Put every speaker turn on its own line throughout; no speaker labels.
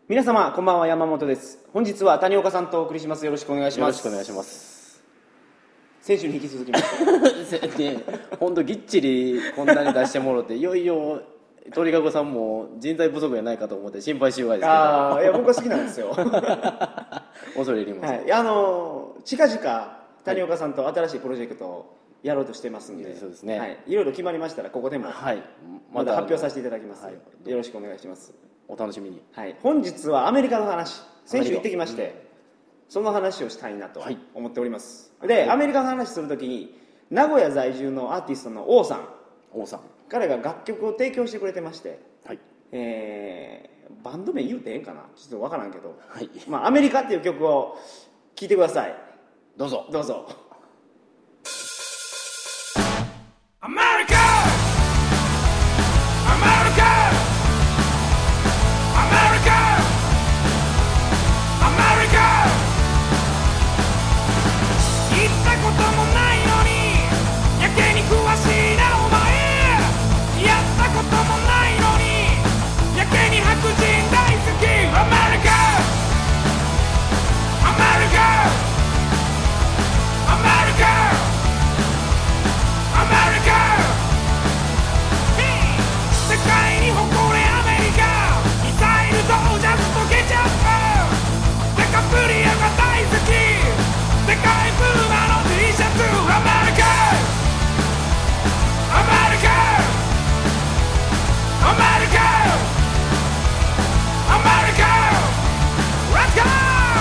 皆様こんばんは、山本です。本日は谷岡さんとお送りします。よろしくお願いします。
よろしくお願いします。
先週に引き続きまして
本当ぎっちりこんなに出してもろていよいよ鳥かごさんも人材不足やないかと思って心配しようがですけど、
いや僕は好きなんですよ
恐れ入ります、
はい、近々谷岡さんと新しいプロジェクトをやろうとしてますんで、
そうですね、
はい、いろいろ決まりましたらここでもまた発表させていただきます、はい、よろしくお願いします。
お楽しみに。
はい、本日はアメリカの話、先週行ってきまして、その話をしたいなと思っております、はい、でアメリカの話するときに名古屋在住のアーティストの王さん、彼が楽曲を提供してくれてまして、はい、バンド名言うてええんかな、ちょっと分からんけど、はい、アメリカっていう曲を聴いてください。
どうぞ。
アメリカ、アメリカ、アメリカ、アメリカ、行ったこともないのにやけに詳しいなお前、やったこともないのにやけに白人大好き。アメリカ、アメリカ、アメリカ、アメリカ、世界に誇れアメリカ、ミサイルとジャズとケチャップ、デカプリアが大好き、世界プーマの T シャツ。アメリカ、アメリカ、アメリカ、アメリカ、Let's go!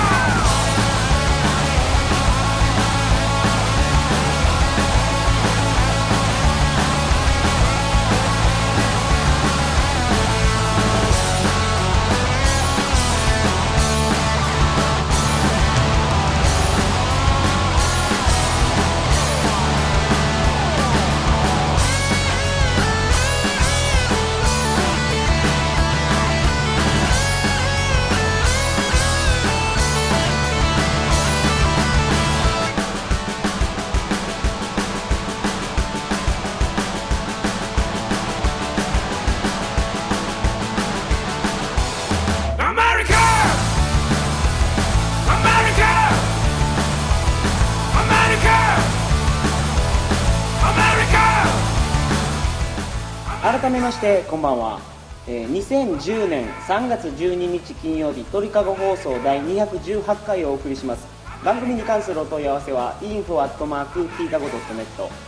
改めましてこんばんは。2010年3月12日金曜日、鳥かご放送第218回をお送りします。番組に関するお問い合わせは info@tkago.net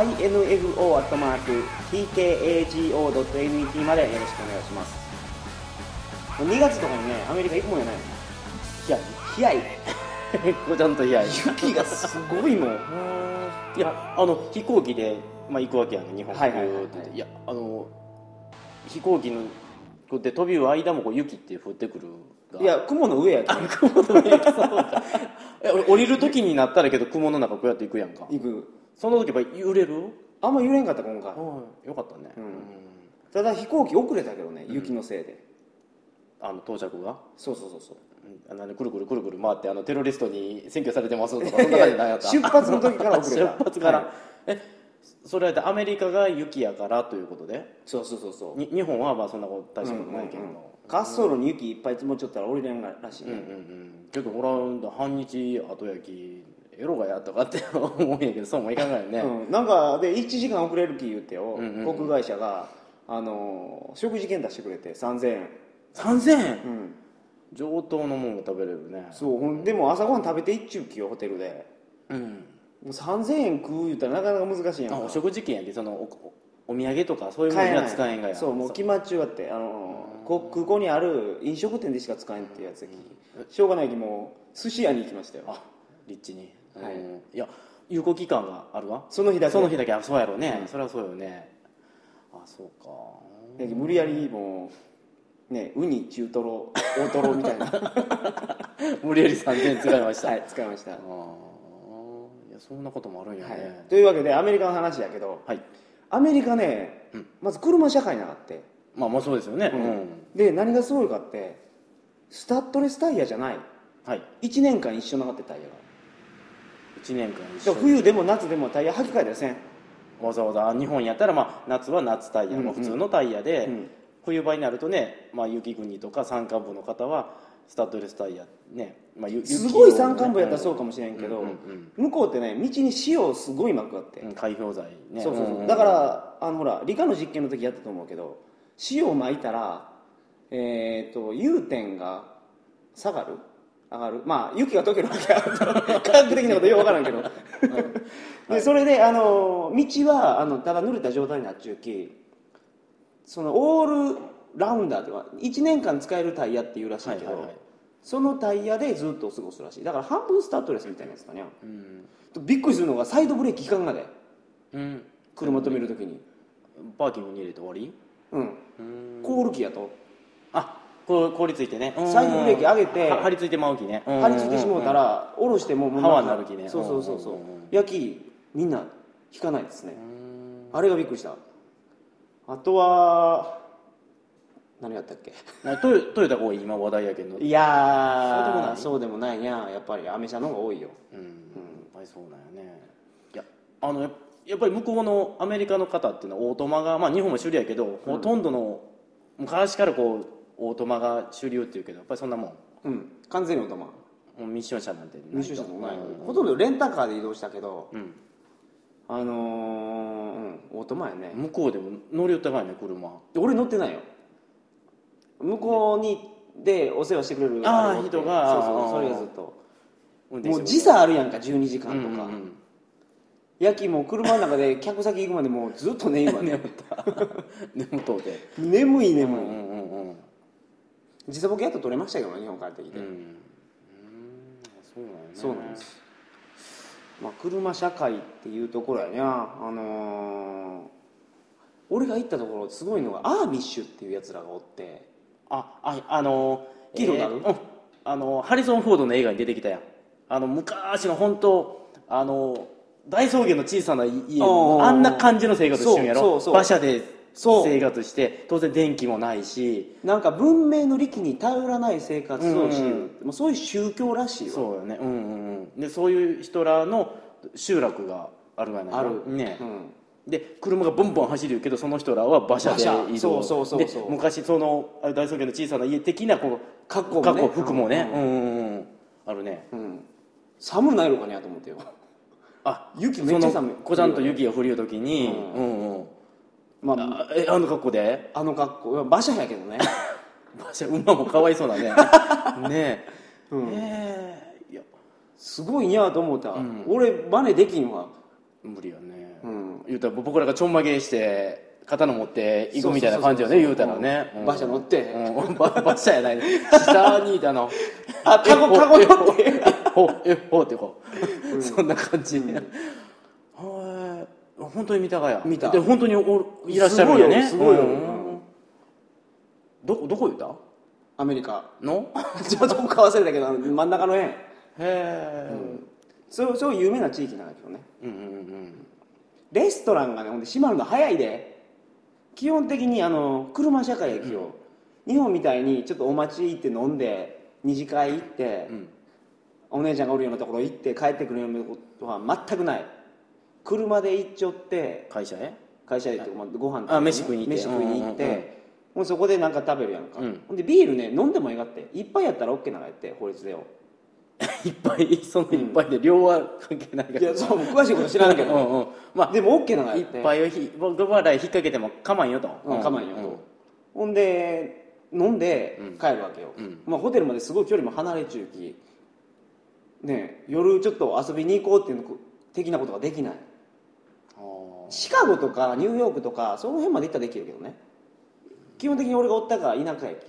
info@tkago.net までよろしくお願いします。2月とかにね、アメリカ行くもんやないの。冷やい
こちゃんと冷やい
雪がすごいもん
いや飛行機で行くわけやん、日本に。いや飛行機ので飛びる間も雪って降ってくるが、
いや雲の上やけど
雲の上そうか降りる時になったらけど雲の中こうやって行くやんか。
行く。
その時やっぱり揺れる？
あんま揺れんかった今回。
よかったね、
ただ飛行機遅れたけどね、雪のせいで。
到着が
そう
くるくるくるくる回ってテロリストに占拠されてますとかそんな感じなんやった
出発の時から遅れた
出発から、それはアメリカが雪やからということで。
そう
日本はそんなこと大したことないけど、
滑走路に雪いっぱい積もっちゃったら降りれんらしいね。
けどほら半日後焼きエロがやとかって思うんやけど、そうもいかないよね、
なんかで1時間遅れる気言ってよ、航空会社が食事券出してくれて3000円。
3000円、上等のものが食べれるね。
そうでも朝ごはん食べて一中期よ、ホテルで。3000円食う言ったらなかなか難しいやんか。
お食事券やけどお土産とかそういうものには使えんがや。
そうもう決まっちゅうがって空港にある飲食店でしか使えんっていうやつで、しょうがないきもう寿司屋に行きましたよ。
立地に。いや有効期間があるわ。
その日だけ。
そうやろうね、それはそうよね。そうか。
無理やりもうね、ウニ、中トロ、大トロみたいな
無理やり3000円使いました。
はい、使いました。いや
そんなこともあるんやね、
というわけでアメリカの話やけど、アメリカね、まず車社会になって、
まあそうですよね、
で何がすごいかってスタッドレスタイヤじゃない、1年間一緒なかってタイヤが
1年間一緒。
冬でも夏でもタイヤ履き替えたりせん。
わざわざ日本やったら、夏は夏タイヤ、普通のタイヤで、 冬場になるとね、まあ、雪国とか山間部の方はスタッドレスタイヤね、まあ、
すごい山間部やったらそうかもしれんけど、向こうってね道に塩をすごいまくあって、
開氷剤ね、
そうそうそう、だからほら理科の実験の時やったと思うけど、塩をまいたら融点が下がる上がる、まあ雪が溶けるわけや科学的なことよく分からんけどでそれで道はただ濡れた状態になっちゅうき、そのオールラウンダーというか1年間使えるタイヤっていうらしいけど、そのタイヤでずっと過ごすらしい。だから半分スタッドレスみたいなやつかね、びっくりするのがサイドブレーキ効かんがで、車止めるときに
パーキングに入れて終わり、
コール機やと、
凍りついてね、
サイドブレーキ上げて
張り付いてまうきね、
張り付いてしもうたら下ろしても
ハワーになるきね、
そう焼きみんな引かないですね。あれがびっくりした。あとは何やったっけ、
トヨタが多い今話題やけど、
いやそうでもないにゃ、やっぱりアメ車の方が多いよ。
やっぱりそうなんよね。いややっぱり向こうのアメリカの方っていうのはオートマが、まあ日本も主流やけど、ほとんどの昔からこうオートマが主流っていうけど、やっぱりそんなもん、
完全にオートマ、
ミッション車なんて
ミッション車もない、ほとんどレンタカーで移動したけど、オートマやね。
向こうでも乗り寄ったからね、車。
俺乗ってないよ。向こうにでお世話してくれる人
が、
それがずっともう時差あるやんか、12時間とか、やきもう車の中で客先行くまでもうずっと寝るわね
眠とうて
眠い時差ボケやっと取れましたけどね、日本帰ってきて。そうなんです。まあ車社会っていうところやね。俺が行ったところすごいのがアーミッシュっていうやつらがおって、
聞いたことある？ハリソン・フォードの映画に出てきたやん。昔の本当大草原の小さな家、あんな感じの生活してるんやろ。馬車で生活して、当然電気もないし、
なんか文明の利器に頼らない生活をし、もうそういう宗教らしいよ。
そうよね。でそういう人らの集落があるがない。
ある
ね。で車がボンボン走るけど、そその人らは馬車で移動。で昔その大草原の小さな家的なこう格好服もね、あるね。
寒ないのかねと思ってよ。雪めっちゃ寒い。
こちゃんと雪が降る時に、まああの格好で、
格好馬車やけどね。
馬車、馬もかわいそうだね。ね
え。いやすごいにゃと思った。俺バネできんわ。
無理よね。言うたら僕らがちょんまげして刀持って行くみたいな感じよね、言うたらね。
馬車乗って、
馬車やない、下にいたの、
カゴ乗って
ほってこう、そんな感じに。本当に見たがや。
見た。
で本当にいらっしゃるよね。
すごいよ。
どこ言うた？
アメリカ
の？
ちょっと僕忘れたけど真ん中の辺。そういう有名な地域なんだけどね。レストランがね、ほんで閉まるの早いで。基本的に車社会やきよ。日本みたいにちょっとお待ち行って飲んで二次会行って、お姉ちゃんがおるようなところ行って帰ってくるようなことは全くない。車で行っちゃって
会社へ
ってご飯とか、
飯食いに
行って、もうそこでなんか食べるやんか。ほんでビールね飲んでもええがって一杯やったら OK なんかやって法律でよ。
いっぱい、その一杯で量は関係ないから。
いや、そう、詳しいこと知らんけど。まあ、でも OK なのやって。
一杯を僕は引っ掛けても構わんよと。
構わんよと。ほんで、飲んで帰るわけよ。まあ、ホテルまですごい距離も離れ中期。ね、夜ちょっと遊びに行こうっていう的なことができない。シカゴとかニューヨークとか、その辺まで行ったらできるけどね。基本的に俺がおったから田舎駅。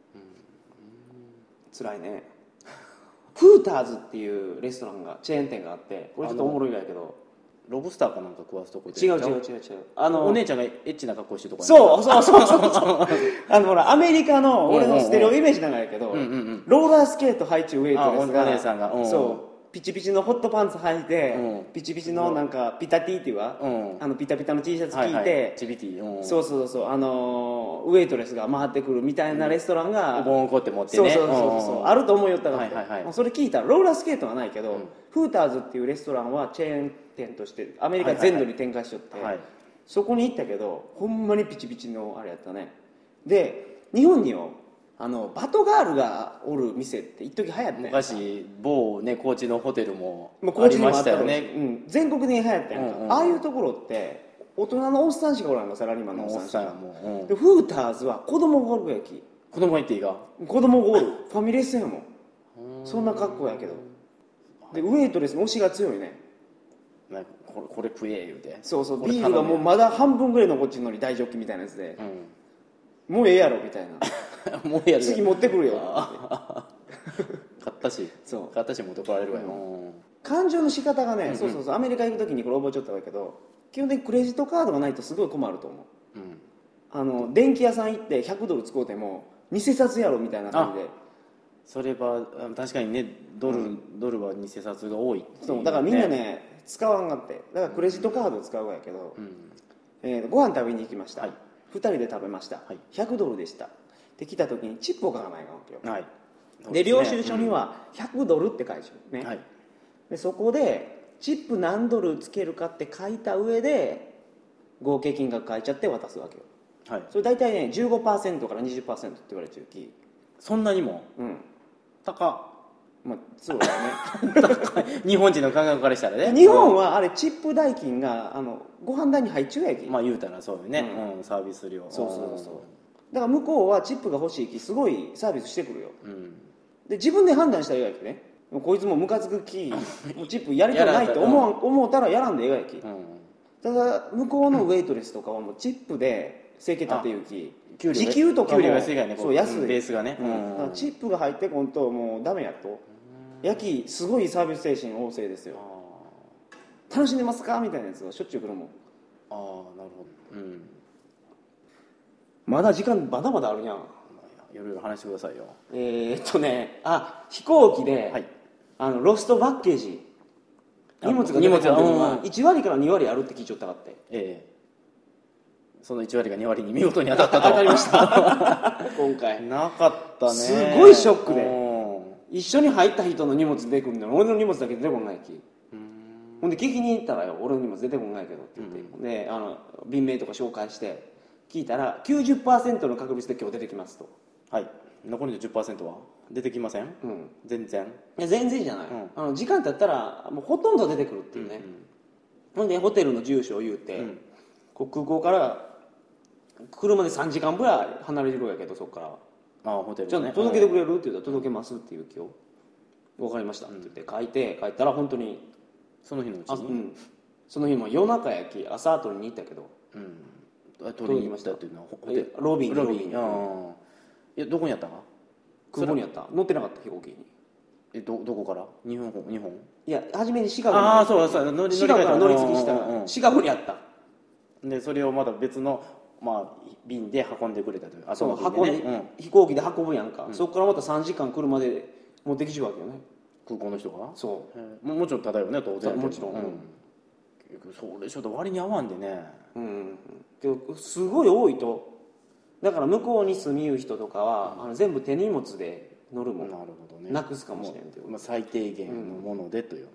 辛いね。フーターズっていうレストランがチェーン店があって、これちょっとおもろいがやけど、
ロブスターかなんか食わすとこで。
違う
お姉ちゃんがエッチな格好してるとこ。
そうほらアメリカの俺のステレオイメージなんやけど、ローラースケート履いちゅうウェイトレスが、
お姉さんが、
そうピチピチのホットパンツ履いて、ピチピチのなんかピタティっていうわ、ピタピタの T シャツ着いて、
チビティ、
そうウェイトレスが回ってくるみたいなレストランが
ボンコって持ってね、
そうあると思いよったから、それ聞いたらローラースケートはないけど、フーターズっていうレストランはチェーン店としてアメリカ全土に展開しとって、そこに行ったけどほんまにピチピチのあれやったね。 で日本によバトガールがおる店って一時流行ったやんか。
昔某ね高知のホテルも
高
ありま
知にもあったよ
したよね。
ね、全国的に流行ったやんか、
うんうんうん、
ああいうところって大人のおっさんしかおらんの、サラリーマンのおっさんしか。
もう、
でフーターズは子供がおるやき。
子供がいっていいか、
子供がおるファミレスやもん。そんな格好やけど、でウェイトレスの推しが強いね。
なんかこれ食え言うて、
そうそう、ビールがもうまだ半分ぐらい残ってるのに大ジョッキみたいなやつで、もうええやろみたいな
もうやる
次持ってくるよ
買ったし持ってこられるわよ、
感情の仕方がね、そうそうそう、アメリカ行く時にこれ覚えちゃったわけど、基本的にクレジットカードがないとすごい困ると思う、電気屋さん行って100ドル使うても偽札やろみたいな感じで。
それは確かにね、ドルは偽札が多いっていうね。
そうだからみんなね使わんがって、だからクレジットカードを使うわやけど、ご飯食べに行きました、2人で食べました、100ドルでしたって来た時にチップを書かないかんわけよ、で領収書には100ドルって書いてあるね、でそこでチップ何ドルつけるかって書いた上で合計金額書いちゃって渡すわけよ、それ大体ね 15% から 20% って言われてるき。
そんなにも高
まあそうだ
ね日本人の感覚からしたらね、
日本はあれチップ代金がご飯代に入っちゅうやき。
まあ言うたらそうよね、サービス料。
そうだから向こうはチップが欲しいきすごいサービスしてくるよ、で自分で判断したらええやきね。もうこいつもムカつくきもうチップやりたくないと思うたらやらんでええやき、ただ向こうのウェイトレスとかはもうチップで生計立てゆき、時給とかも
安いからね、
そう安い、
ベースがね、
だからチップが入ってこんともうダメやと、やきすごいサービス精神旺盛ですよ。楽しんでますかみたいなやつがしょっちゅう来るもん。
なるほど、
まだ時間まだまだあるやん。
いろいろ話してくださいよ。
飛行機で、ロストバッケージ、荷物が出てくるのが1割から2割あるって聞いちゃったかって、
その1割が2割に見事に当たったと。
当たりました今回
なかったね。
すごいショックで、一緒に入った人の荷物出てくるのに俺の荷物だけ出てこないき、ほんで聞きに行ったらよ、俺の荷物出てこないけどって言って、で便名とか紹介して聞いたら 90% の確率で今日出てきますと。
残りの 10% は出てきません、全然。
いや全然じゃない、時間経ったらもうほとんど出てくるっていうね、ほんでホテルの住所を言うて、空港から車で3時間ぐらい離れてるやけど、そこから
ホテル
じゃあ届けてくれるって言ったら届けますっていう今日分かりましたって言って書いて帰ったら本当に
その日のうちに、
その日も夜中やき朝取りに行ったけど、
取りに行ったっていうのは
ロビーに
いやどこにあったか、
空港にあった。乗ってなかった飛行機に。
どこから日本
いや初めにシカゴにシカゴから乗り継ぎしたらシカゴにあった。
でそれをまた別の便で運んでくれたという。
そう飛行機で運ぶやんか、そこからまた3時間車で持ってきちゃうわけよね、
空港の人が。
そう
もちろんただよね当然。
もちろん、
それちょっと割に合わんでね、
すごい多いと。だから向こうに住みゆう人とかは、全部手荷物で乗るもん。
なるほどね。
なくすかもしれんけど、
最低限のものでという、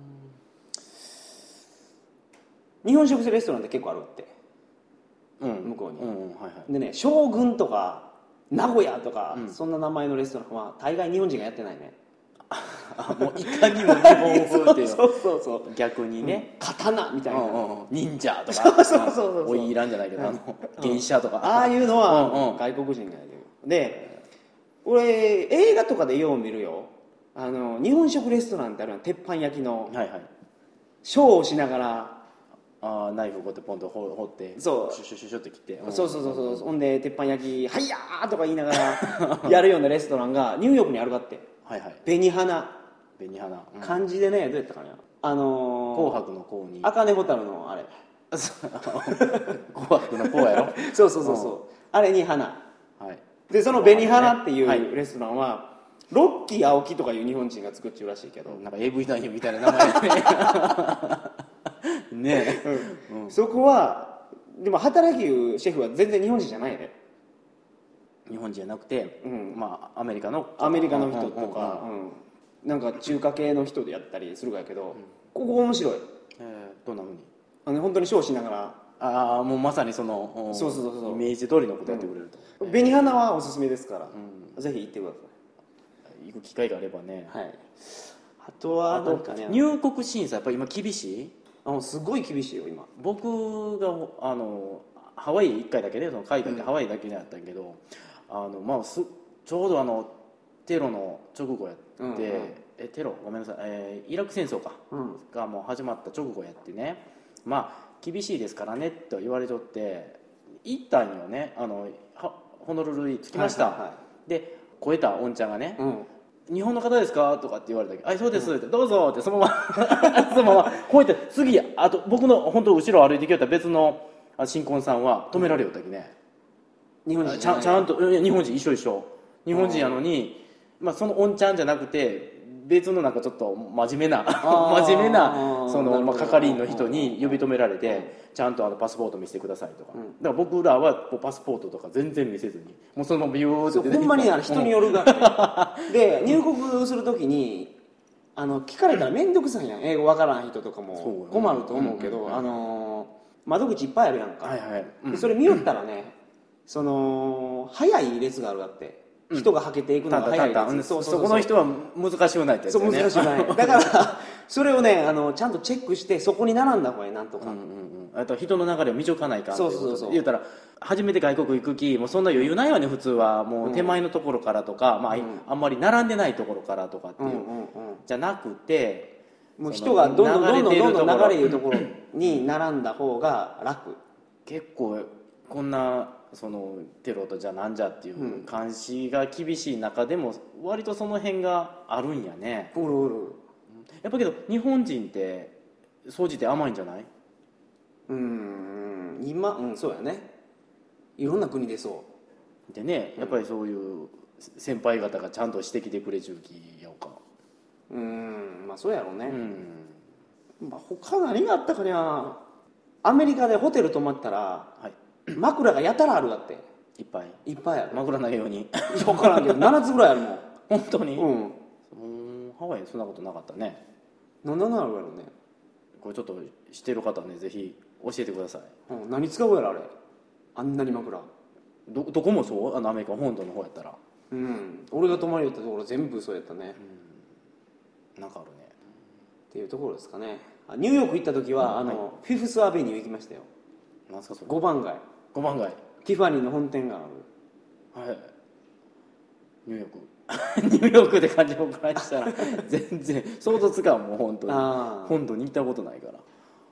日本食レストランって結構あるって、向こうに、でね、将軍とか名古屋とか、そんな名前のレストランは大概日本人がやってないね。
もういかにも日本風っていう
そう
逆にね、
刀みたいな、
忍者とか
そう
おいらんじゃないけど芸者とか
ああいうのは外国人がやる。で俺映画とかでよう見るよ、日本食レストランってあるの、鉄板焼きのショーをしながら
ナイフをこうやってポンと掘って
そう
シュシュシュシュって切って、
そうほんで鉄板焼き「はいやー!」とか言いながらやるようなレストランがニューヨークにあるかって。紅花、漢字でね、どうやったかな、
紅白の紅に
茜蛍のあれ
紅白の紅やろ
そうあれに花、でその紅花っていうレストランはロッキー青木とかいう日本人が作っちゃうらしいけど、
なんか AV 男優みたいな名前ね
そこはでも働きいうシェフは全然日本人じゃないね。
日本人じゃなくて、アメリカの
人とか、なんか中華系の人でやったりするかやけど、ここ面白い。
どんなふうに
本当にショーしながら
ああもうまさにその
そう
イメージ通りのことやってくれると、
紅花はおすすめですから、ぜひ行ってくださ
行く機会があればね。
い。はい。あとはなんかね、
入国審査やっぱり今厳しい。
すごい厳しいよ今。
僕がハワイ1回だけで、その海外でハワイだけでやったけど、まあちょうどテロの直後やって、テロごめんなさい、イラク戦争か、がもう始まった直後やってね、まあ厳しいですからねと言われちゃって行ったんよね。ホノルルに着きました、で超えたおんちゃんがね、日本の方ですかとかって言われたけど、そうですって、どうぞってそのままそのままこうやって次あと僕の本当後ろ歩いてきよった別の新婚さんは止められよったきね、
日本人
ちゃんと日本人一緒日本人やのに、まあ、そのおんちゃんじゃなくて別のなんかちょっと真面目なその、まあ、係員の人に呼び止められて、ちゃんとパスポート見せてくださいとか、だから僕らはパスポートとか全然見せずにもうそのままビューって出てきて、
ほんまに人によるが、で入国するときに聞かれたら面倒くさいやん、英語わからん人とかも困ると思うけど、窓口いっぱいあるやんか、でそれ見よったらね、その早い列があるがあって、人がはけていくのが早い列、
そこの人は難しくないってやつよね。
難しくないだからそれをねちゃんとチェックしてそこに並んだ方がいい、なんとか、
あと人の流れを見ちょかないかんっていうことで、
そう
言うたら初めて外国行く気もうそんな余裕ないわね普通は。もう手前のところからとか、まああんまり並んでないところからとかっていう、じゃなくて、
もう人がどんどん流れるところに並んだ方が楽。
結構こんなそのテロとじゃなんじゃっていう監視が厳しい中でも割とその辺があるんやね。
おるおる。
やっぱけど日本人って総じて甘いんじゃない？
今そうやね、いろんな国でそう
でね、やっぱりそういう先輩方がちゃんと指摘でくれちゅうきやおか。
まあそうやろうね。まあ他何があったかにゃ、アメリカでホテル泊まったら、枕がやたらあるだって。
いっぱい
ある。
枕投げように
分からんけど7つぐらいあるもん。
本当に？ハワイそんなことなかったね。
なんであるやろね。
これちょっと知ってる方ね、ぜひ教えてください。
何使うやろあれ、あんなに枕。
どこもそう？アメリカ本土の方やったら。
俺が泊まりよったところ全部そうやったね。
なんかあるね
っていうところですかね。ニューヨーク行った時はフィフスアベニュー行きましたよ。
なんすかそれ。
5番街ティファニーの本店がある。
ニューヨークニューヨークで感じを返したら全然想像つかん。もう本当に本土に行ったことないから。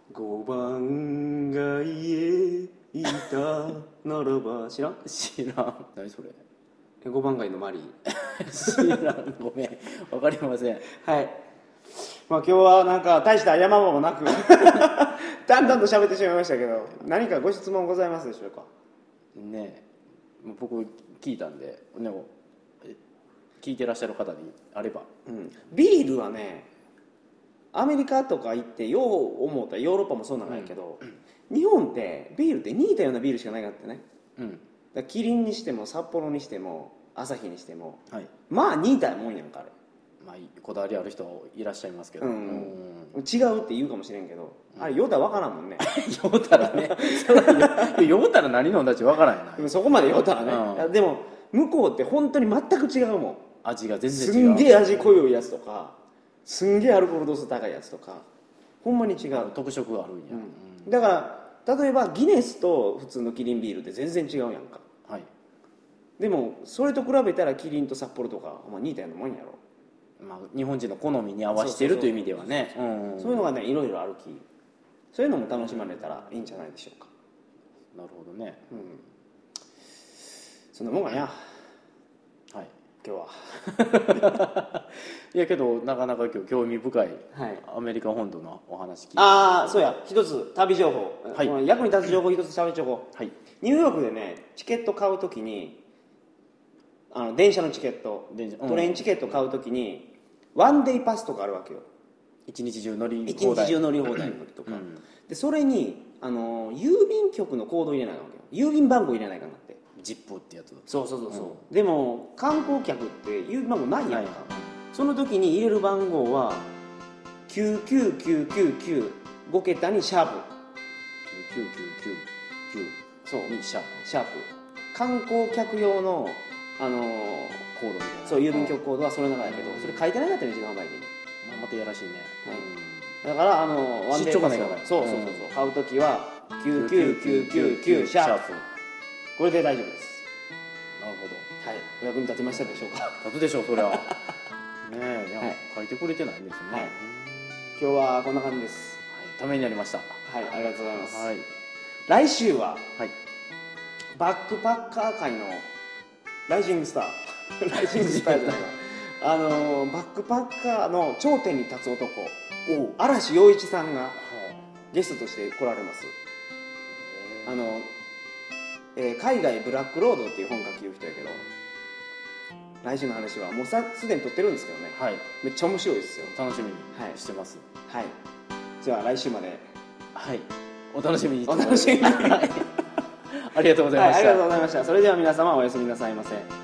5番街へ行ったならば知らん
何それ。
5番街のマリー
知らん。ごめん分かりません。
はい。まあ今日はなんか大した山場もなくだんだんと喋ってしまいましたけど、何かご質問ございますでしょうか
ね。僕聞いたんでね、聞いてらっしゃる方にあれば、
ビールはね、アメリカとか行ってよう思ったらヨーロッパもそうなんやけど、日本ってビールって似たようなビールしかないかってね。だからキリンにしても札幌にしてもアサヒにしても、まあ似たもんやんかあれ。
まあこだわりある人いらっしゃいますけど、
違うって言うかもしれんけど、あれ酔うたら分からんもんね。
酔うたらね酔うたら何飲んだち分からんやな。
でもそこまで酔うたらね、でも向こうって本当に全く違うもん。
味が全然違う。
すんげえ味濃いやつとか、すんげえアルコール度数高いやつとか、ほんまに違う。
特色があるんや。
だから例えばギネスと普通のキリンビールって全然違うやんか。でもそれと比べたらキリンと札幌とか似たようなもんやろ。
まあ、日本人の好みに合わせてるという意味ではね、
そういうのがねいろいろあるき、そういうのも楽しまれたらいいんじゃないでしょうか。
なるほどね。
そんなもんかな。
はい、
今日は。
いやけどなかなか今日興味深いアメリカ本土のお話聞いて、
そうや、一つ旅情報、役に立つ情報一つ喋っちゃおう。ニューヨークでねチケット買うときに、電車のチケット、トレインチケット買うときにワンデイパスとかあるわけよ。
一日中乗り
放題とか、でそれに郵便局のコード入れないわけよ。郵便番号入れないかなって。
ジップってやつ。
そうでも観光客って郵便番号ないやんか。その時に入れる番号は99999、5桁にシャープ
そう
にシャープ観光客用の
コードみたいな
そう郵便局コードはそれの中やけどそれ書いてなかったねうちの販売機に
またやらしいね、
だからワンデーパスを
出張がないから
そう買うときは99999シャープこれで大丈夫です。
なるほど。
はい、お役に立てましたでしょうか。
立つでしょうそれはねえ、いや、書いてくれてないんですよね、
今日はこんな感じです。
ためになりました。
はい、ありがとうございます。
はい、
来週は、バックパッカー界のライジングスターライジングスターじゃないバックパッカーの頂点に立つ男嵐陽一さんがゲストとして来られます。海外ブラックロードっていう本書きいう人やけど来週の話はもうすでに撮ってるんですけどね、めっちゃ面白いですよ。
楽しみにしてます。
はい、じゃあ来週まで
お楽しみに
お楽しみに
ありがとうございました。
ありがとうございました。それでは皆様おやすみなさいませ。